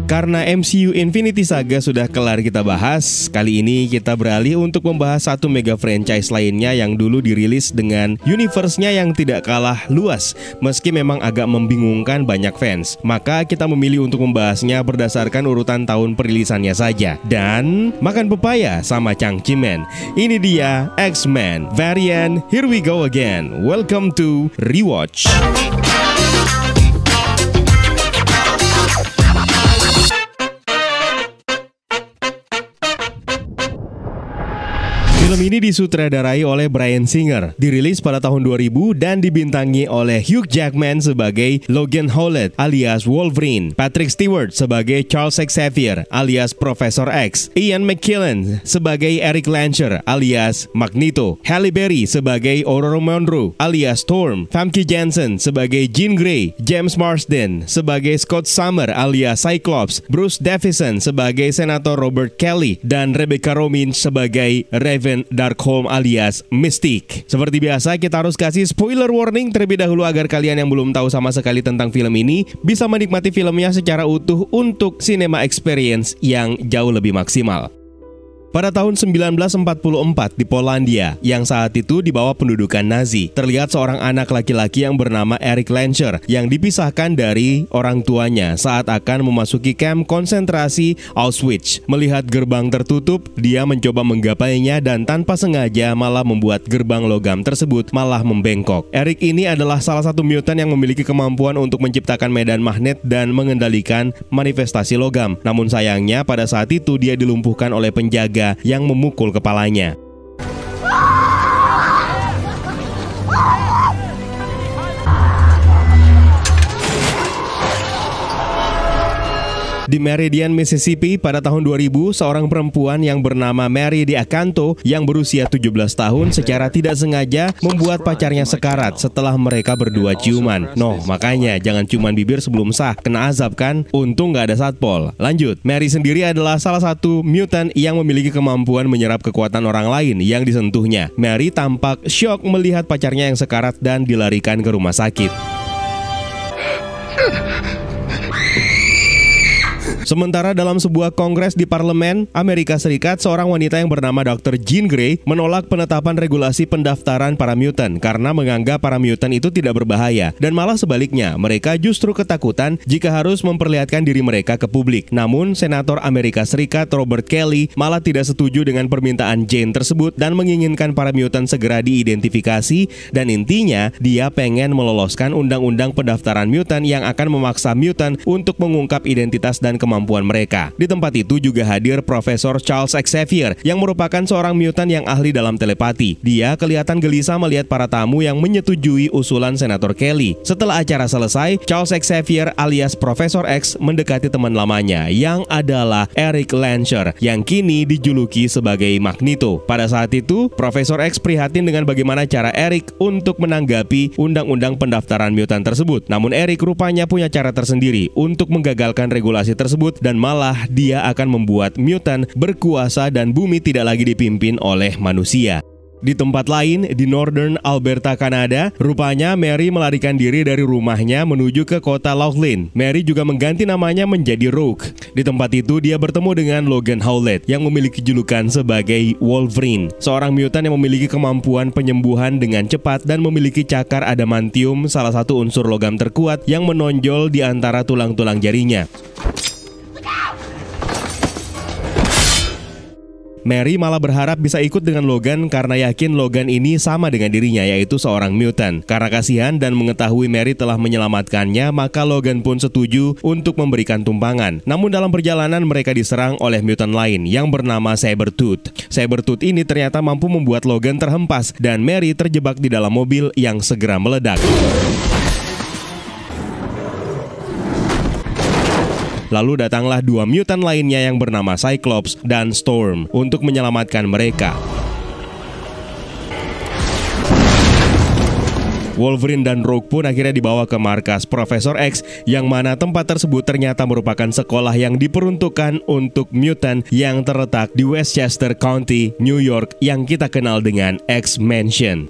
Karena MCU Infinity Saga sudah kelar kita bahas, kali ini kita beralih untuk membahas satu mega franchise lainnya yang dulu dirilis dengan universe-nya yang tidak kalah luas, meski memang agak membingungkan banyak fans. Maka kita memilih untuk membahasnya berdasarkan urutan tahun perilisannya saja. Dan makan pepaya sama cangcimen. Ini dia X-Men Variant. Here we go again. Welcome to Rewatch. Film ini disutradarai oleh Bryan Singer, dirilis pada tahun 2000 dan dibintangi oleh Hugh Jackman sebagai Logan Howlett alias Wolverine, Patrick Stewart sebagai Charles Xavier alias Professor X, Ian McKellen sebagai Eric Lancer alias Magneto, Halle Berry sebagai Aurora Monroe alias Storm, Famke Janssen sebagai Jean Grey, James Marsden sebagai Scott Summer alias Cyclops, Bruce Davison sebagai Senator Robert Kelly, dan Rebecca Romijn sebagai Raven Darkholme alias Mystique. Seperti biasa, kita harus kasih spoiler warning terlebih dahulu agar kalian yang belum tahu sama sekali tentang film ini bisa menikmati filmnya secara utuh untuk cinema experience yang jauh lebih maksimal. Pada tahun 1944 di Polandia, yang saat itu di bawah pendudukan Nazi, terlihat seorang anak laki-laki yang bernama Eric Lancer yang dipisahkan dari orang tuanya saat akan memasuki kamp konsentrasi Auschwitz. Melihat gerbang tertutup, dia mencoba menggapainya dan tanpa sengaja malah membuat gerbang logam tersebut malah membengkok. Eric ini adalah salah satu mutant yang memiliki kemampuan untuk menciptakan medan magnet dan mengendalikan manifestasi logam. Namun sayangnya pada saat itu dia dilumpuhkan oleh penjaga yang memukul kepalanya. Di Meridian, Mississippi pada tahun 2000, seorang perempuan yang bernama Mary DiAcanto yang berusia 17 tahun secara tidak sengaja membuat pacarnya sekarat setelah mereka berdua ciuman. Makanya jangan ciuman bibir sebelum sah, kena azab kan? Untung gak ada satpol. Lanjut, Mary sendiri adalah salah satu mutant yang memiliki kemampuan menyerap kekuatan orang lain yang disentuhnya. Mary tampak syok melihat pacarnya yang sekarat dan dilarikan ke rumah sakit. Sementara dalam sebuah kongres di parlemen Amerika Serikat, seorang wanita yang bernama Dr. Jean Grey menolak penetapan regulasi pendaftaran para mutant karena menganggap para mutant itu tidak berbahaya, dan malah sebaliknya, mereka justru ketakutan jika harus memperlihatkan diri mereka ke publik. Namun, Senator Amerika Serikat Robert Kelly malah tidak setuju dengan permintaan Jane tersebut dan menginginkan para mutant segera diidentifikasi, dan intinya dia pengen meloloskan undang-undang pendaftaran mutant yang akan memaksa mutant untuk mengungkap identitas dan kemampuan mereka. Di tempat itu juga hadir Profesor Charles Xavier yang merupakan seorang mutant yang ahli dalam telepati. Dia kelihatan gelisah melihat para tamu yang menyetujui usulan Senator Kelly. Setelah acara selesai, Charles Xavier alias Profesor X mendekati teman lamanya yang adalah Eric Lancer yang kini dijuluki sebagai Magneto. Pada saat itu, Profesor X prihatin dengan bagaimana cara Eric untuk menanggapi undang-undang pendaftaran mutant tersebut. Namun Eric rupanya punya cara tersendiri untuk menggagalkan regulasi tersebut, dan malah dia akan membuat mutant berkuasa dan bumi tidak lagi dipimpin oleh manusia. Di tempat lain, di Northern Alberta, Kanada, rupanya Mary melarikan diri dari rumahnya menuju ke kota Laughlin. Mary juga mengganti namanya menjadi Rogue. Di tempat itu, dia bertemu dengan Logan Howlett yang memiliki julukan sebagai Wolverine, seorang mutant yang memiliki kemampuan penyembuhan dengan cepat dan memiliki cakar adamantium, salah satu unsur logam terkuat yang menonjol di antara tulang-tulang jarinya. Mary malah berharap bisa ikut dengan Logan karena yakin Logan ini sama dengan dirinya, yaitu seorang mutant. Karena kasihan dan mengetahui Mary telah menyelamatkannya, maka Logan pun setuju untuk memberikan tumpangan. Namun dalam perjalanan mereka diserang oleh mutant lain yang bernama Sabretooth. Sabretooth ini ternyata mampu membuat Logan terhempas dan Mary terjebak di dalam mobil yang segera meledak. Lalu datanglah dua mutant lainnya yang bernama Cyclops dan Storm untuk menyelamatkan mereka. Wolverine dan Rogue pun akhirnya dibawa ke markas Profesor X, yang mana tempat tersebut ternyata merupakan sekolah yang diperuntukkan untuk mutant yang terletak di Westchester County, New York, yang kita kenal dengan X-Mansion.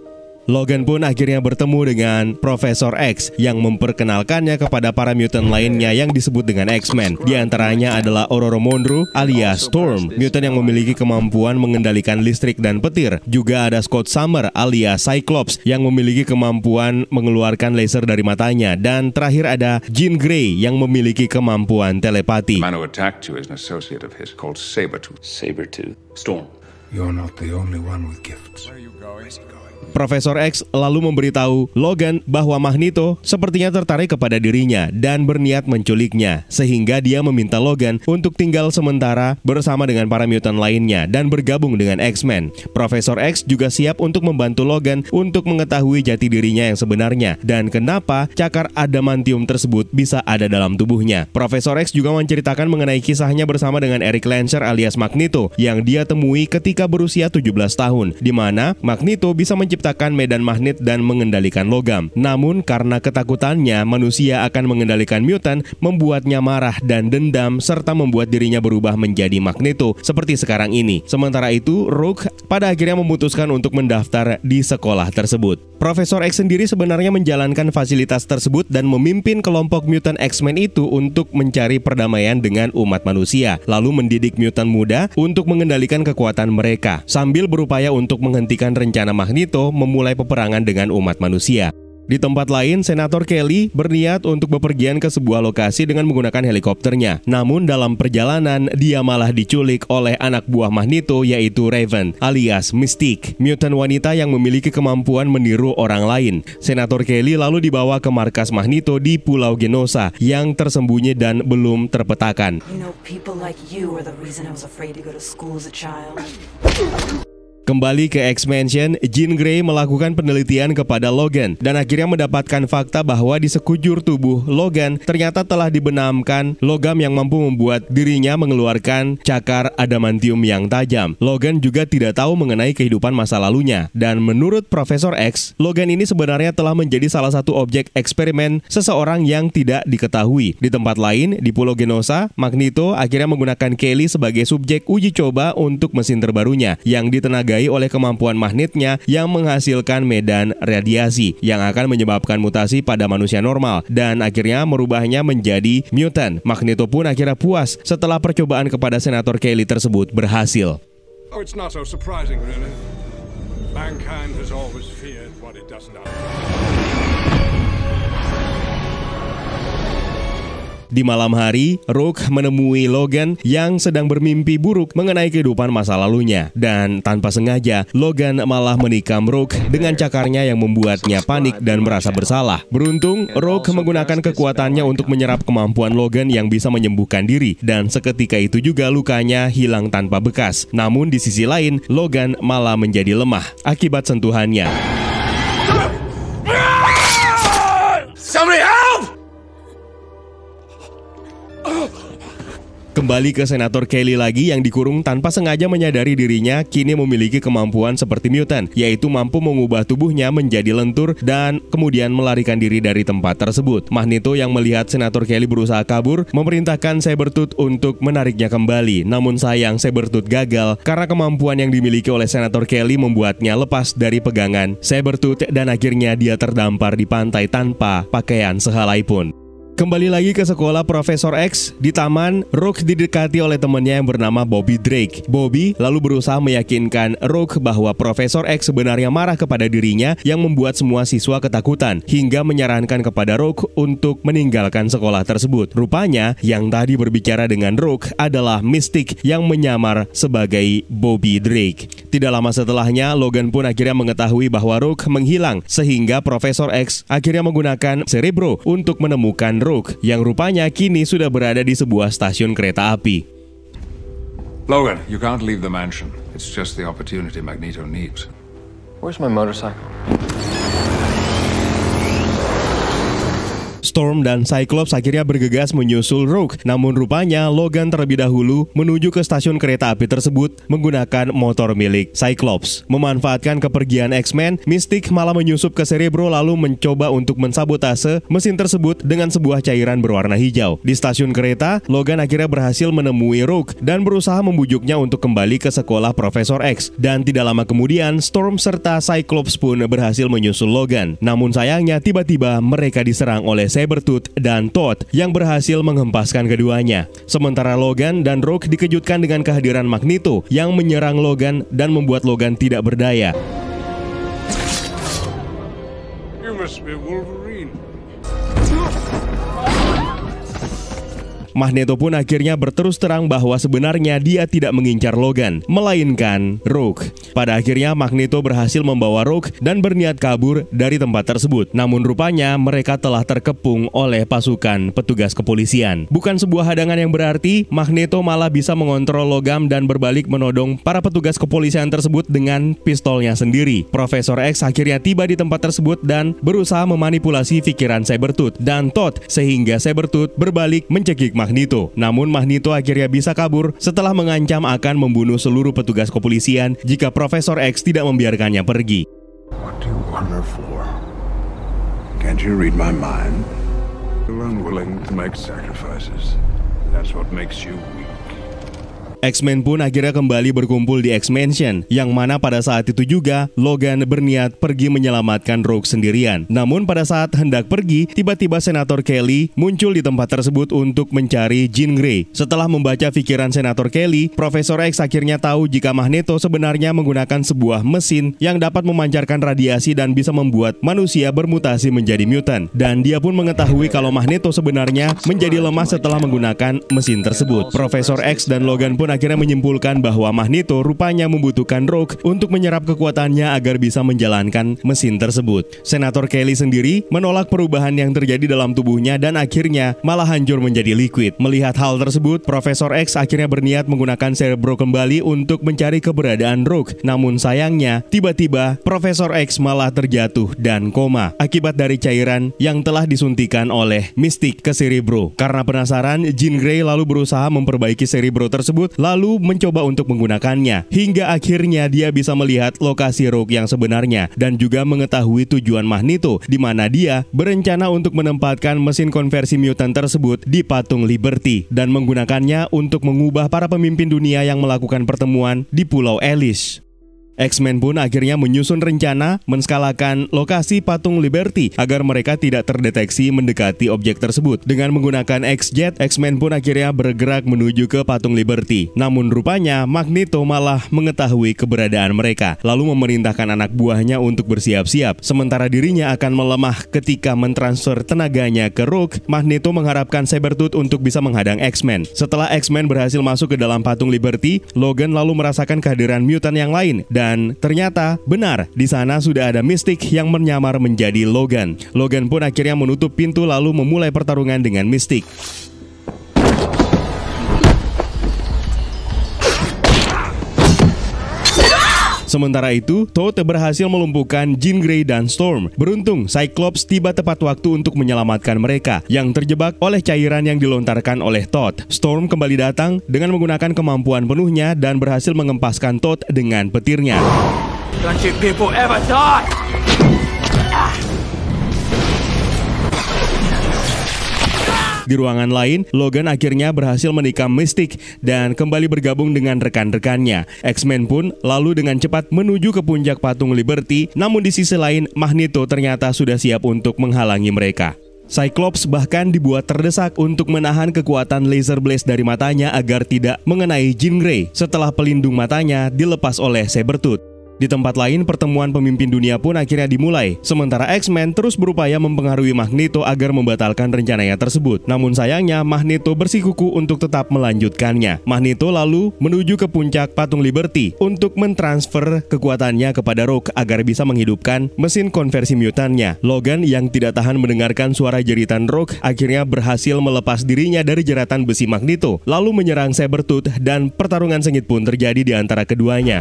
Logan pun akhirnya bertemu dengan Profesor X yang memperkenalkannya kepada para mutant lainnya yang disebut dengan X-Men. Di antaranya adalah Ororo Monroe alias Storm, mutant yang memiliki kemampuan mengendalikan listrik dan petir. Juga ada Scott Summer alias Cyclops yang memiliki kemampuan mengeluarkan laser dari matanya. Dan terakhir ada Jean Grey yang memiliki kemampuan telepati. The man who attacked you is an associate of his called Sabretooth. Sabretooth. Storm. You're not the only one with gifts. Where are you going? Profesor X lalu memberitahu Logan bahwa Magneto sepertinya tertarik kepada dirinya dan berniat menculiknya, sehingga dia meminta Logan untuk tinggal sementara bersama dengan para mutant lainnya dan bergabung dengan X-Men. Profesor X juga siap untuk membantu Logan untuk mengetahui jati dirinya yang sebenarnya dan kenapa cakar adamantium tersebut bisa ada dalam tubuhnya. Profesor X juga menceritakan mengenai kisahnya bersama dengan Erik Lancer alias Magneto yang dia temui ketika berusia 17 tahun, di mana Magneto bisa menciptakan medan magnet dan mengendalikan logam. Namun karena ketakutannya manusia akan mengendalikan mutant, membuatnya marah dan dendam serta membuat dirinya berubah menjadi Magneto seperti sekarang ini. Sementara itu, Rogue pada akhirnya memutuskan untuk mendaftar di sekolah tersebut. Profesor X sendiri sebenarnya menjalankan fasilitas tersebut dan memimpin kelompok mutant X-Men itu untuk mencari perdamaian dengan umat manusia, lalu mendidik mutant muda untuk mengendalikan kekuatan mereka, sambil berupaya untuk menghentikan rencana Magneto memulai peperangan dengan umat manusia. Di tempat lain, Senator Kelly berniat untuk bepergian ke sebuah lokasi dengan menggunakan helikopternya. Namun dalam perjalanan, dia malah diculik oleh anak buah Magneto yaitu Raven alias Mystique, mutant wanita yang memiliki kemampuan meniru orang lain. Senator Kelly lalu dibawa ke markas Magneto di Pulau Genosha yang tersembunyi dan belum terpetakan. Kembali ke X-Mansion, Jean Grey melakukan penelitian kepada Logan dan akhirnya mendapatkan fakta bahwa di sekujur tubuh Logan ternyata telah dibenamkan logam yang mampu membuat dirinya mengeluarkan cakar adamantium yang tajam. Logan juga tidak tahu mengenai kehidupan masa lalunya dan menurut Profesor X, Logan ini sebenarnya telah menjadi salah satu objek eksperimen seseorang yang tidak diketahui. Di tempat lain, di Pulau Genosha, Magneto akhirnya menggunakan Kelly sebagai subjek uji coba untuk mesin terbarunya yang ditenagai oleh kemampuan magnetnya yang menghasilkan medan radiasi yang akan menyebabkan mutasi pada manusia normal dan akhirnya merubahnya menjadi mutant. Magneto pun akhirnya puas setelah percobaan kepada Senator Kelly tersebut berhasil. Oh, it's not so surprising, really. Mankind has always feared what it doesn't understand. Di malam hari, Rogue menemui Logan yang sedang bermimpi buruk mengenai kehidupan masa lalunya. Dan tanpa sengaja, Logan malah menikam Rogue dengan cakarnya yang membuatnya panik dan merasa bersalah. Beruntung, Rogue menggunakan kekuatannya untuk menyerap kemampuan Logan yang bisa menyembuhkan diri. Dan seketika itu juga lukanya hilang tanpa bekas. Namun di sisi lain, Logan malah menjadi lemah akibat sentuhannya. Somebody help! Kembali ke Senator Kelly lagi yang dikurung tanpa sengaja menyadari dirinya kini memiliki kemampuan seperti mutant, yaitu mampu mengubah tubuhnya menjadi lentur dan kemudian melarikan diri dari tempat tersebut. Magneto yang melihat Senator Kelly berusaha kabur memerintahkan Sabretooth untuk menariknya kembali. Namun sayang, Sabretooth gagal karena kemampuan yang dimiliki oleh Senator Kelly membuatnya lepas dari pegangan Sabretooth dan akhirnya dia terdampar di pantai tanpa pakaian sehelai pun. Kembali lagi ke sekolah Profesor X. Di taman, Rogue didekati oleh temannya yang bernama Bobby Drake. Bobby lalu berusaha meyakinkan Rogue bahwa Profesor X sebenarnya marah kepada dirinya yang membuat semua siswa ketakutan, hingga menyarankan kepada Rogue untuk meninggalkan sekolah tersebut. Rupanya, yang tadi berbicara dengan Rogue adalah Mystique yang menyamar sebagai Bobby Drake. Tidak lama setelahnya, Logan pun akhirnya mengetahui bahwa Rogue menghilang, sehingga Profesor X akhirnya menggunakan Cerebro untuk menemukan Rogue yang rupanya kini sudah berada di sebuah stasiun kereta api. Logan, you can't leave the mansion. It's just the opportunity Magneto needs. Where's my motorcycle? Storm dan Cyclops akhirnya bergegas menyusul Rogue. Namun rupanya Logan terlebih dahulu menuju ke stasiun kereta api tersebut menggunakan motor milik Cyclops. Memanfaatkan kepergian X-Men, Mystique malah menyusup ke Cerebro lalu mencoba untuk mensabotase mesin tersebut dengan sebuah cairan berwarna hijau. Di stasiun kereta, Logan akhirnya berhasil menemui Rogue dan berusaha membujuknya untuk kembali ke sekolah Profesor X. Dan tidak lama kemudian, Storm serta Cyclops pun berhasil menyusul Logan. Namun sayangnya tiba-tiba mereka diserang oleh Sabretooth dan Todd yang berhasil menghempaskan keduanya. Sementara Logan dan Rogue dikejutkan dengan kehadiran Magneto yang menyerang Logan dan membuat Logan tidak berdaya. You must be Wolverine. Magneto pun akhirnya berterus terang bahwa sebenarnya dia tidak mengincar Logan, melainkan Rogue. Pada akhirnya Magneto berhasil membawa Rogue dan berniat kabur dari tempat tersebut. Namun rupanya mereka telah terkepung oleh pasukan petugas kepolisian. Bukan sebuah hadangan yang berarti, Magneto malah bisa mengontrol logam dan berbalik menodong para petugas kepolisian tersebut dengan pistolnya sendiri. Profesor X akhirnya tiba di tempat tersebut dan berusaha memanipulasi pikiran Sabretooth dan Todd sehingga Sabretooth berbalik mencekik Magneto. Namun Magneto akhirnya bisa kabur setelah mengancam akan membunuh seluruh petugas kepolisian jika Profesor X tidak membiarkannya pergi. What do you honor for? Can't you read my mind? You're unwilling to make sacrifices. That's what makes you weak. X-Men pun akhirnya kembali berkumpul di X-Mansion, yang mana pada saat itu juga Logan berniat pergi menyelamatkan Rogue sendirian. Namun pada saat hendak pergi, tiba-tiba Senator Kelly muncul di tempat tersebut untuk mencari Jean Grey. Setelah membaca pikiran Senator Kelly, Profesor X akhirnya tahu jika Magneto sebenarnya menggunakan sebuah mesin yang dapat memancarkan radiasi dan bisa membuat manusia bermutasi menjadi mutant. Dan dia pun mengetahui kalau Magneto sebenarnya menjadi lemah setelah menggunakan mesin tersebut. Profesor X dan Logan pun akhirnya menyimpulkan bahwa Magneto rupanya membutuhkan Rogue untuk menyerap kekuatannya agar bisa menjalankan mesin tersebut. Senator Kelly sendiri menolak perubahan yang terjadi dalam tubuhnya dan akhirnya malah hancur menjadi liquid. Melihat hal tersebut, Profesor X akhirnya berniat menggunakan Cerebro kembali untuk mencari keberadaan Rogue. Namun sayangnya, tiba-tiba Profesor X malah terjatuh dan koma akibat dari cairan yang telah disuntikan oleh Mystique ke Cerebro. Karena penasaran, Jean Grey lalu berusaha memperbaiki Cerebro tersebut lalu mencoba untuk menggunakannya. Hingga akhirnya dia bisa melihat lokasi Rogue yang sebenarnya dan juga mengetahui tujuan Magneto, di mana dia berencana untuk menempatkan mesin konversi mutant tersebut di patung Liberty dan menggunakannya untuk mengubah para pemimpin dunia yang melakukan pertemuan di Pulau Alice. X-Men pun akhirnya menyusun rencana menskalakan lokasi patung Liberty agar mereka tidak terdeteksi mendekati objek tersebut. Dengan menggunakan X-Jet, X-Men pun akhirnya bergerak menuju ke patung Liberty. Namun rupanya Magneto malah mengetahui keberadaan mereka, lalu memerintahkan anak buahnya untuk bersiap-siap. Sementara dirinya akan melemah ketika mentransfer tenaganya ke Rogue, Magneto mengharapkan Sabretooth untuk bisa menghadang X-Men. Setelah X-Men berhasil masuk ke dalam patung Liberty, Logan lalu merasakan kehadiran mutant yang lain. Dan ternyata benar, di sana sudah ada Mystique yang menyamar menjadi Logan. Logan pun akhirnya menutup pintu lalu memulai pertarungan dengan Mystique. Sementara itu, Todd berhasil melumpuhkan Jean Grey dan Storm. Beruntung, Cyclops tiba tepat waktu untuk menyelamatkan mereka yang terjebak oleh cairan yang dilontarkan oleh Todd. Storm kembali datang dengan menggunakan kemampuan penuhnya dan berhasil mengempaskan Todd dengan petirnya. Don't you people ever die! Di ruangan lain, Logan akhirnya berhasil menikam Mystique dan kembali bergabung dengan rekan-rekannya. X-Men pun lalu dengan cepat menuju ke puncak patung Liberty, namun di sisi lain, Magneto ternyata sudah siap untuk menghalangi mereka. Cyclops bahkan dibuat terdesak untuk menahan kekuatan laser blast dari matanya agar tidak mengenai Jean Grey setelah pelindung matanya dilepas oleh Sabretooth. Di tempat lain, pertemuan pemimpin dunia pun akhirnya dimulai. Sementara X-Men terus berupaya mempengaruhi Magneto agar membatalkan rencananya tersebut. Namun sayangnya, Magneto bersikukuh untuk tetap melanjutkannya. Magneto lalu menuju ke puncak patung Liberty untuk mentransfer kekuatannya kepada Rogue agar bisa menghidupkan mesin konversi mutannya. Logan yang tidak tahan mendengarkan suara jeritan Rogue akhirnya berhasil melepas dirinya dari jeratan besi Magneto, lalu menyerang Sabretooth dan pertarungan sengit pun terjadi di antara keduanya.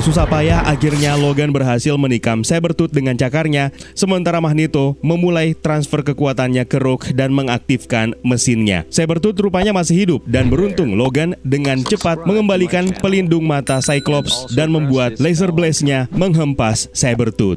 susah payah akhirnya Logan berhasil menikam Sabretooth dengan cakarnya, sementara Magneto memulai transfer kekuatannya ke Rogue dan mengaktifkan mesinnya. Sabretooth rupanya masih hidup dan beruntung Logan dengan cepat mengembalikan pelindung mata Cyclops dan membuat laser blast-nya menghempas Sabretooth.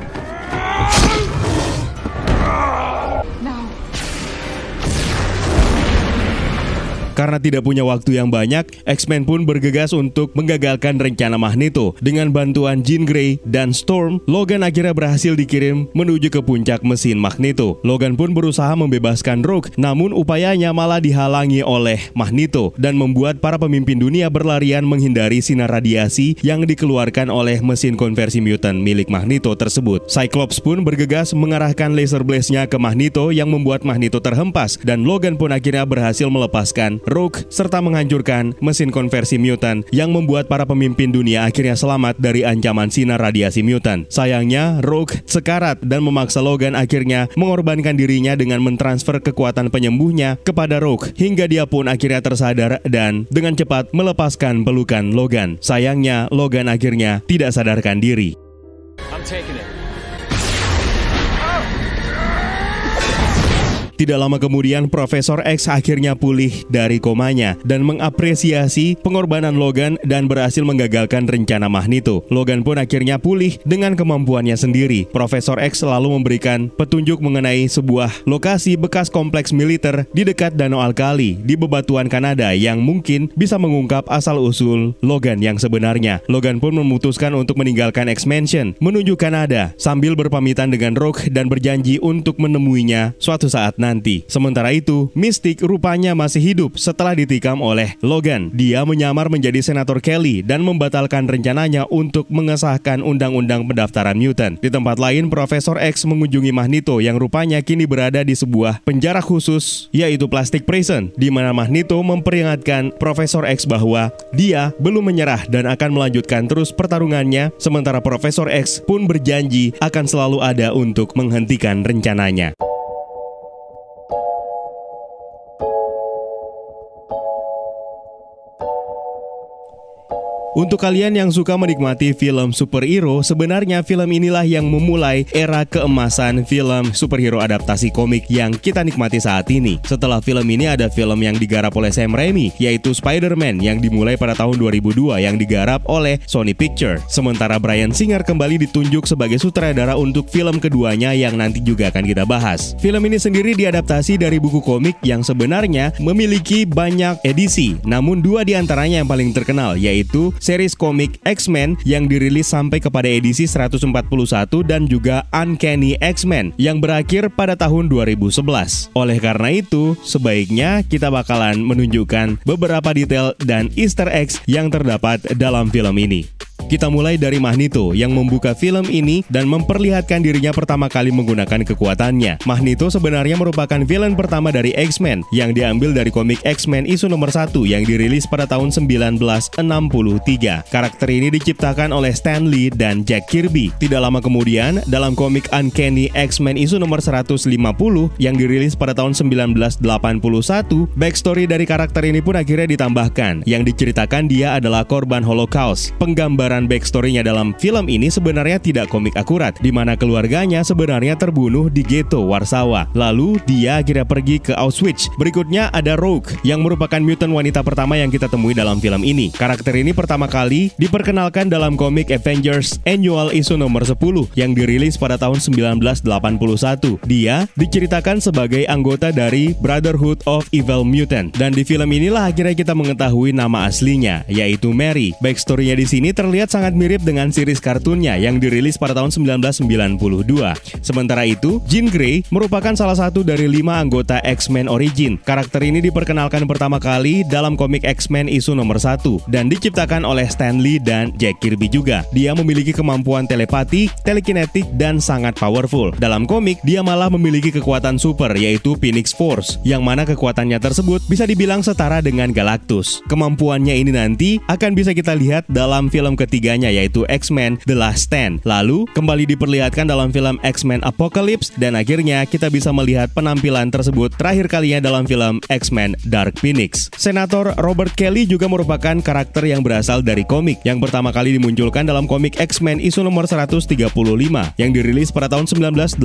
Karena tidak punya waktu yang banyak, X-Men pun bergegas untuk menggagalkan rencana Magneto. Dengan bantuan Jean Grey dan Storm, Logan akhirnya berhasil dikirim menuju ke puncak mesin Magneto. Logan pun berusaha membebaskan Rogue, namun upayanya malah dihalangi oleh Magneto dan membuat para pemimpin dunia berlarian menghindari sinar radiasi yang dikeluarkan oleh mesin konversi mutant milik Magneto tersebut. Cyclops pun bergegas mengarahkan laser blast-nya ke Magneto yang membuat Magneto terhempas dan Logan pun akhirnya berhasil melepaskan Rogue serta menghancurkan mesin konversi mutant yang membuat para pemimpin dunia akhirnya selamat dari ancaman sinar radiasi mutant. Sayangnya, Rogue sekarat dan memaksa Logan akhirnya mengorbankan dirinya dengan mentransfer kekuatan penyembuhnya kepada Rogue hingga dia pun akhirnya tersadar dan dengan cepat melepaskan pelukan Logan. Sayangnya, Logan akhirnya tidak sadarkan diri. I'm taking it. Tidak lama kemudian, Profesor X akhirnya pulih dari komanya dan mengapresiasi pengorbanan Logan dan berhasil menggagalkan rencana Magneto. Logan pun akhirnya pulih dengan kemampuannya sendiri. Profesor X selalu memberikan petunjuk mengenai sebuah lokasi bekas kompleks militer di dekat Danau Alkali di bebatuan Kanada yang mungkin bisa mengungkap asal-usul Logan yang sebenarnya. Logan pun memutuskan untuk meninggalkan X-Mansion menuju Kanada sambil berpamitan dengan Rogue dan berjanji untuk menemuinya suatu saat nanti. Sementara itu, Mystique rupanya masih hidup setelah ditikam oleh Logan. Dia menyamar menjadi Senator Kelly dan membatalkan rencananya untuk mengesahkan undang-undang pendaftaran mutant. Di tempat lain, Profesor X mengunjungi Magneto yang rupanya kini berada di sebuah penjara khusus, yaitu Plastic Prison, di mana Magneto memperingatkan Profesor X bahwa dia belum menyerah dan akan melanjutkan terus pertarungannya, sementara Profesor X pun berjanji akan selalu ada untuk menghentikan rencananya. Untuk kalian yang suka menikmati film superhero, sebenarnya film inilah yang memulai era keemasan film superhero adaptasi komik yang kita nikmati saat ini. Setelah film ini ada film yang digarap oleh Sam Raimi, yaitu Spider-Man yang dimulai pada tahun 2002 yang digarap oleh Sony Pictures. Sementara Bryan Singer kembali ditunjuk sebagai sutradara untuk film keduanya yang nanti juga akan kita bahas. Film ini sendiri diadaptasi dari buku komik yang sebenarnya memiliki banyak edisi, namun dua diantaranya yang paling terkenal, yaitu series komik X-Men yang dirilis sampai kepada edisi 141 dan juga Uncanny X-Men yang berakhir pada tahun 2011. Oleh karena itu, sebaiknya kita bakalan menunjukkan beberapa detail dan Easter eggs yang terdapat dalam film ini. Kita mulai dari Magneto yang membuka film ini dan memperlihatkan dirinya pertama kali menggunakan kekuatannya. Magneto sebenarnya merupakan villain pertama dari X-Men yang diambil dari komik X-Men isu nomor 1 yang dirilis pada tahun 1963. Karakter ini diciptakan oleh Stan Lee dan Jack Kirby. Tidak lama kemudian, dalam komik Uncanny X-Men isu nomor 150 yang dirilis pada tahun 1981, backstory dari karakter ini pun akhirnya ditambahkan, yang diceritakan dia adalah korban Holocaust. Penggambaran backstory-nya dalam film ini sebenarnya tidak komik akurat, di mana keluarganya sebenarnya terbunuh di ghetto Warsawa. Lalu dia akhirnya pergi ke Auschwitz. Berikutnya ada Rogue yang merupakan mutant wanita pertama yang kita temui dalam film ini. Karakter ini pertama kali diperkenalkan dalam komik Avengers Annual isu nomor 10 yang dirilis pada tahun 1981. Dia diceritakan sebagai anggota dari Brotherhood of Evil Mutant, dan di film inilah akhirnya kita mengetahui nama aslinya, yaitu Mary. Backstory-nya di sini terlihat sangat mirip dengan series kartunnya yang dirilis pada tahun 1992. Sementara itu, Jean Grey merupakan salah satu dari 5 anggota X-Men Origin. Karakter ini diperkenalkan pertama kali dalam komik X-Men isu nomor 1 dan diciptakan oleh Stan Lee dan Jack Kirby juga. Dia memiliki kemampuan telepati, telekinetik, dan sangat powerful. Dalam komik, dia malah memiliki kekuatan super, yaitu Phoenix Force, yang mana kekuatannya tersebut bisa dibilang setara dengan Galactus. Kemampuannya ini nanti akan bisa kita lihat dalam film ketiga ketiganya yaitu X-Men The Last Stand. Lalu kembali diperlihatkan dalam film X-Men Apocalypse dan akhirnya kita bisa melihat penampilan tersebut terakhir kalinya dalam film X-Men Dark Phoenix. Senator Robert Kelly juga merupakan karakter yang berasal dari komik yang pertama kali dimunculkan dalam komik X-Men isu nomor 135 yang dirilis pada tahun 1980.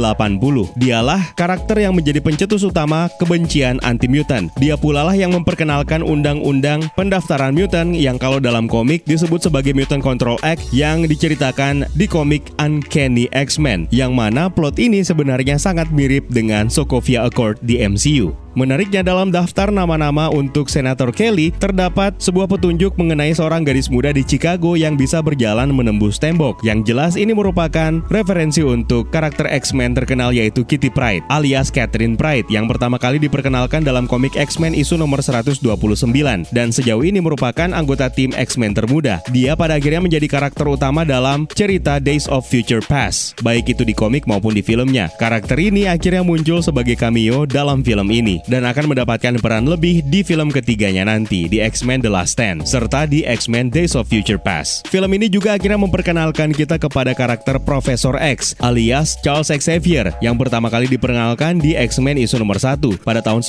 Dialah karakter yang menjadi pencetus utama kebencian anti-mutant. Dia pula lah yang memperkenalkan undang-undang pendaftaran mutant yang kalau dalam komik disebut sebagai Mutant Control Act yang diceritakan di komik Uncanny X-Men, yang mana plot ini sebenarnya sangat mirip dengan Sokovia Accord di MCU. Menariknya dalam daftar nama-nama untuk Senator Kelly terdapat sebuah petunjuk mengenai seorang gadis muda di Chicago yang bisa berjalan menembus tembok. Yang jelas ini merupakan referensi untuk karakter X-Men terkenal yaitu Kitty Pryde alias Catherine Pryde yang pertama kali diperkenalkan dalam komik X-Men isu nomor 129 dan sejauh ini merupakan anggota tim X-Men termuda. Dia pada akhirnya menjadi karakter utama dalam cerita Days of Future Past, baik itu di komik maupun di filmnya. Karakter ini akhirnya muncul sebagai cameo dalam film ini dan akan mendapatkan peran lebih di film ketiganya nanti di X-Men The Last Stand serta di X-Men Days of Future Past. Film ini juga akhirnya memperkenalkan kita kepada karakter Profesor X alias Charles Xavier yang pertama kali diperkenalkan di X-Men isu nomor 1 pada tahun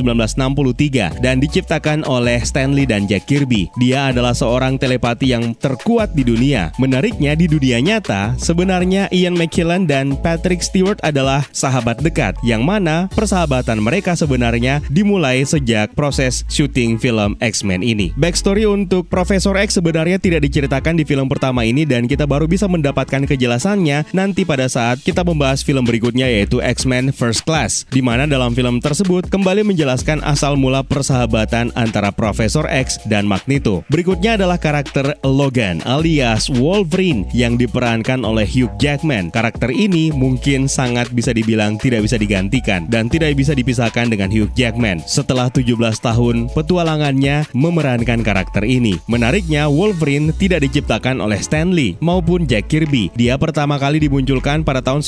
1963 dan diciptakan oleh Stan Lee dan Jack Kirby. Dia adalah seorang telepati yang terkuat di dunia. Menariknya di dunia nyata sebenarnya Ian McKellen dan Patrick Stewart adalah sahabat dekat yang mana persahabatan mereka sebenarnya dimulai sejak proses syuting film X-Men ini. Backstory untuk Profesor X sebenarnya tidak diceritakan di film pertama ini dan kita baru bisa mendapatkan kejelasannya nanti pada saat kita membahas film berikutnya yaitu X-Men First Class, di mana dalam film tersebut kembali menjelaskan asal mula persahabatan antara Profesor X dan Magneto. Berikutnya adalah karakter Logan alias Wolverine yang diperankan oleh Hugh Jackman. Karakter ini mungkin sangat bisa dibilang tidak bisa digantikan dan tidak bisa dipisahkan dengan Hugh Jackman. Setelah 17 tahun petualangannya memerankan karakter ini. Menariknya, Wolverine tidak diciptakan oleh Stan Lee maupun Jack Kirby. Dia pertama kali dimunculkan pada tahun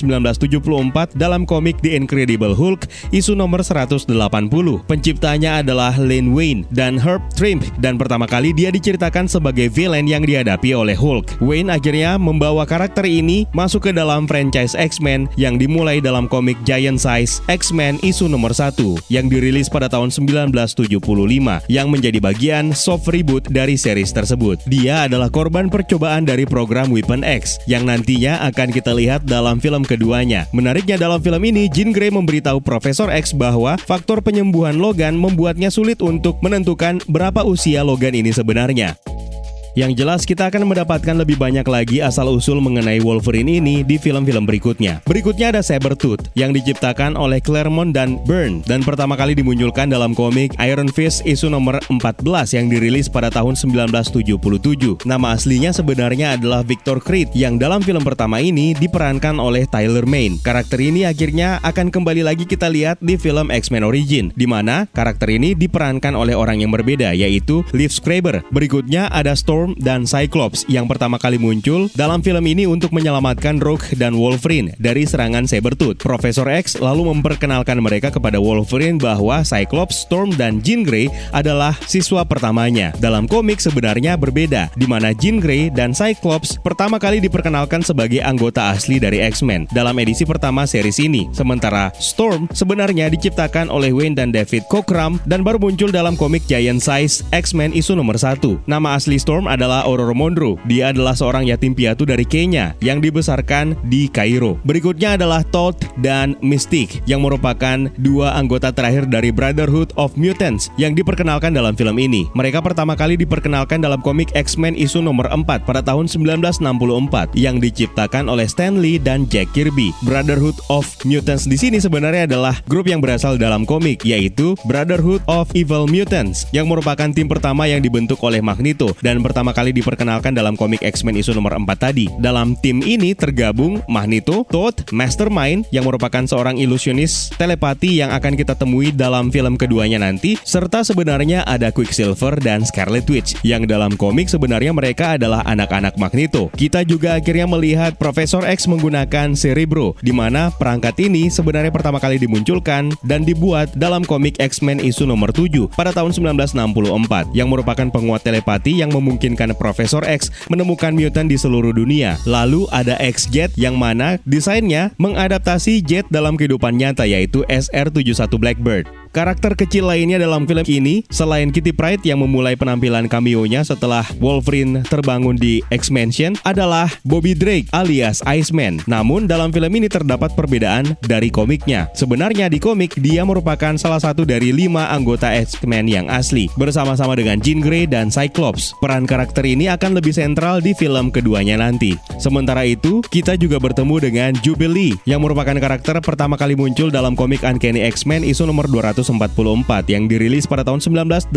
1974 dalam komik The Incredible Hulk isu nomor 180. Penciptanya adalah Len Wein dan Herb Trimpe dan pertama kali dia diceritakan sebagai villain yang dihadapi oleh Hulk. Wein akhirnya membawa karakter ini masuk ke dalam franchise X-Men yang dimulai dalam komik Giant Size X-Men isu nomor 1 yang dirilis pada tahun 1975 yang menjadi bagian soft reboot dari series tersebut. Dia adalah korban percobaan dari program Weapon X yang nantinya akan kita lihat dalam film keduanya. Menariknya dalam film ini Jean Grey memberitahu Profesor X bahwa faktor penyembuhan Logan membuatnya sulit untuk menentukan berapa usia Logan ini sebenarnya. Yang jelas kita akan mendapatkan lebih banyak lagi asal-usul mengenai Wolverine ini di film-film berikutnya. Berikutnya ada Sabretooth yang diciptakan oleh Claremont dan Byrne dan pertama kali dimunculkan dalam komik Iron Fist isu nomor 14 yang dirilis pada tahun 1977. Nama aslinya sebenarnya adalah Victor Creed yang dalam film pertama ini diperankan oleh Tyler Mane. Karakter ini akhirnya akan kembali lagi kita lihat di film X-Men Origin, di mana karakter ini diperankan oleh orang yang berbeda yaitu Liv Schreiber. Berikutnya ada Storm dan Cyclops yang pertama kali muncul dalam film ini untuk menyelamatkan Rogue dan Wolverine dari serangan Sabretooth. Profesor X lalu memperkenalkan mereka kepada Wolverine bahwa Cyclops, Storm, dan Jean Grey adalah siswa pertamanya. Dalam komik sebenarnya berbeda, di mana Jean Grey dan Cyclops pertama kali diperkenalkan sebagai anggota asli dari X-Men dalam edisi pertama series ini. Sementara Storm sebenarnya diciptakan oleh Wayne dan David Cockrum dan baru muncul dalam komik Giant Size X-Men isu nomor 1. Nama asli Storm adalah Aurora Monroe. Dia adalah seorang yatim piatu dari Kenya yang dibesarkan di Kairo. Berikutnya adalah Todd dan Mystique yang merupakan dua anggota terakhir dari Brotherhood of Mutants yang diperkenalkan dalam film ini. Mereka pertama kali diperkenalkan dalam komik X-Men isu nomor 4 pada tahun 1964 yang diciptakan oleh Stan Lee dan Jack Kirby. Brotherhood of Mutants di sini sebenarnya adalah grup yang berasal dalam komik, yaitu Brotherhood of Evil Mutants yang merupakan tim pertama yang dibentuk oleh Magneto dan pertama kali diperkenalkan dalam komik X-Men isu nomor 4 tadi. Dalam tim ini tergabung Magneto, Todd, Mastermind yang merupakan seorang ilusionis telepati yang akan kita temui dalam film keduanya nanti, serta sebenarnya ada Quicksilver dan Scarlet Witch yang dalam komik sebenarnya mereka adalah anak-anak Magneto. Kita juga akhirnya melihat Profesor X menggunakan Cerebro, di mana perangkat ini sebenarnya pertama kali dimunculkan dan dibuat dalam komik X-Men isu nomor 7 pada tahun 1964 yang merupakan penguat telepati yang memungkinkan memungkinkan Profesor X menemukan mutant di seluruh dunia. Lalu ada X-Jet yang mana desainnya mengadaptasi jet dalam kehidupan nyata, yaitu SR-71 Blackbird. Karakter kecil lainnya dalam film ini, selain Kitty Pryde yang memulai penampilan cameo-nya setelah Wolverine terbangun di X-Mansion, adalah Bobby Drake alias Iceman. Namun dalam film ini terdapat perbedaan dari komiknya. Sebenarnya di komik, dia merupakan salah satu dari 5 anggota X-Men yang asli, bersama-sama dengan Jean Grey dan Cyclops. Peran karakter ini akan lebih sentral di film keduanya nanti. Sementara itu, kita juga bertemu dengan Jubilee, yang merupakan karakter pertama kali muncul dalam komik Uncanny X-Men isu nomor 244 yang dirilis pada tahun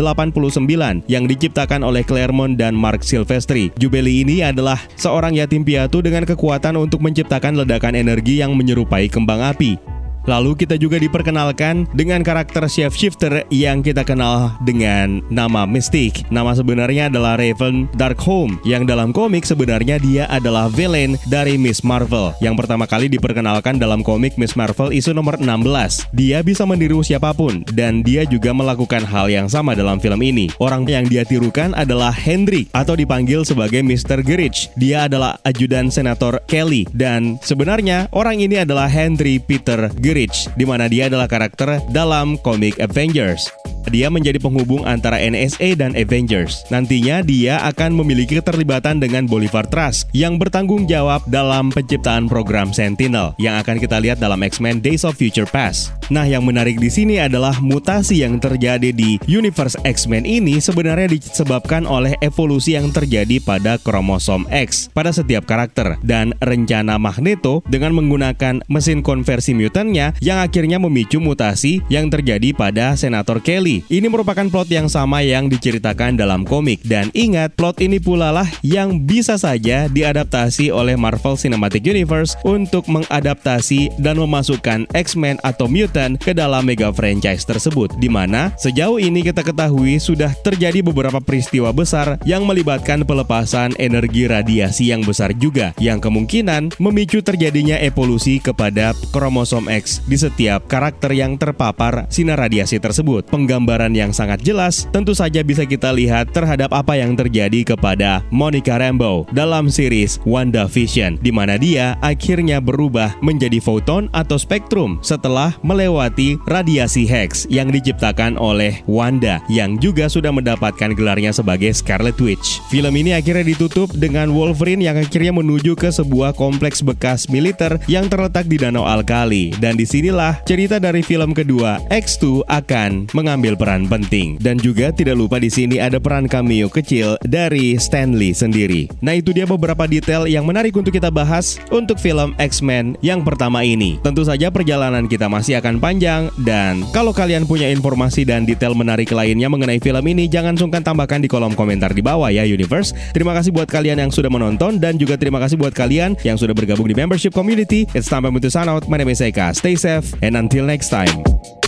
1989 yang diciptakan oleh Claremont dan Mark Silvestri. Jubilee ini adalah seorang yatim piatu dengan kekuatan untuk menciptakan ledakan energi yang menyerupai kembang api. Lalu kita juga diperkenalkan dengan karakter shapeshifter yang kita kenal dengan nama Mystique. Nama sebenarnya adalah Raven Darkholme, yang dalam komik sebenarnya dia adalah villain dari Miss Marvel, yang pertama kali diperkenalkan dalam komik Miss Marvel isu nomor 16. Dia bisa meniru siapapun, dan dia juga melakukan hal yang sama dalam film ini. Orang yang dia tirukan adalah Hendrik, atau dipanggil sebagai Mr. Gurich. Dia adalah ajudan Senator Kelly, dan sebenarnya orang ini adalah Henry Peter Gurich, di mana dia adalah karakter dalam komik Avengers. Dia menjadi penghubung antara NSA dan Avengers. Nantinya dia akan memiliki keterlibatan dengan Bolivar Trask yang bertanggung jawab dalam penciptaan program Sentinel yang akan kita lihat dalam X-Men Days of Future Past. Nah, yang menarik di sini adalah mutasi yang terjadi di universe X-Men ini sebenarnya disebabkan oleh evolusi yang terjadi pada kromosom X pada setiap karakter, dan rencana Magneto dengan menggunakan mesin konversi mutantnya yang akhirnya memicu mutasi yang terjadi pada Senator Kelly. Ini merupakan plot yang sama yang diceritakan dalam komik, dan ingat, plot ini pula lah yang bisa saja diadaptasi oleh Marvel Cinematic Universe untuk mengadaptasi dan memasukkan X-Men atau mutant ke dalam mega franchise tersebut, di mana sejauh ini kita ketahui sudah terjadi beberapa peristiwa besar yang melibatkan pelepasan energi radiasi yang besar juga, yang kemungkinan memicu terjadinya evolusi kepada kromosom X di setiap karakter yang terpapar sinar radiasi tersebut. Gambaran yang sangat jelas tentu saja bisa kita lihat terhadap apa yang terjadi kepada Monica Rambeau dalam series WandaVision, di mana dia akhirnya berubah menjadi foton atau spektrum setelah melewati radiasi Hex yang diciptakan oleh Wanda, yang juga sudah mendapatkan gelarnya sebagai Scarlet Witch. Film ini akhirnya ditutup dengan Wolverine yang akhirnya menuju ke sebuah kompleks bekas militer yang terletak di Danau Alkali, dan disinilah cerita dari film kedua X2 akan mengambil peran penting. Dan juga tidak lupa di sini ada peran cameo kecil dari Stan Lee sendiri. Nah, itu dia beberapa detail yang menarik untuk kita bahas untuk film X-Men yang pertama ini. Tentu saja perjalanan kita masih akan panjang, dan kalau kalian punya informasi dan detail menarik lainnya mengenai film ini, jangan sungkan tambahkan di kolom komentar di bawah ya, Universe. Terima kasih buat kalian yang sudah menonton, dan juga terima kasih buat kalian yang sudah bergabung di membership community. It's time for me to sign out. My name is Eka. Stay safe and until next time.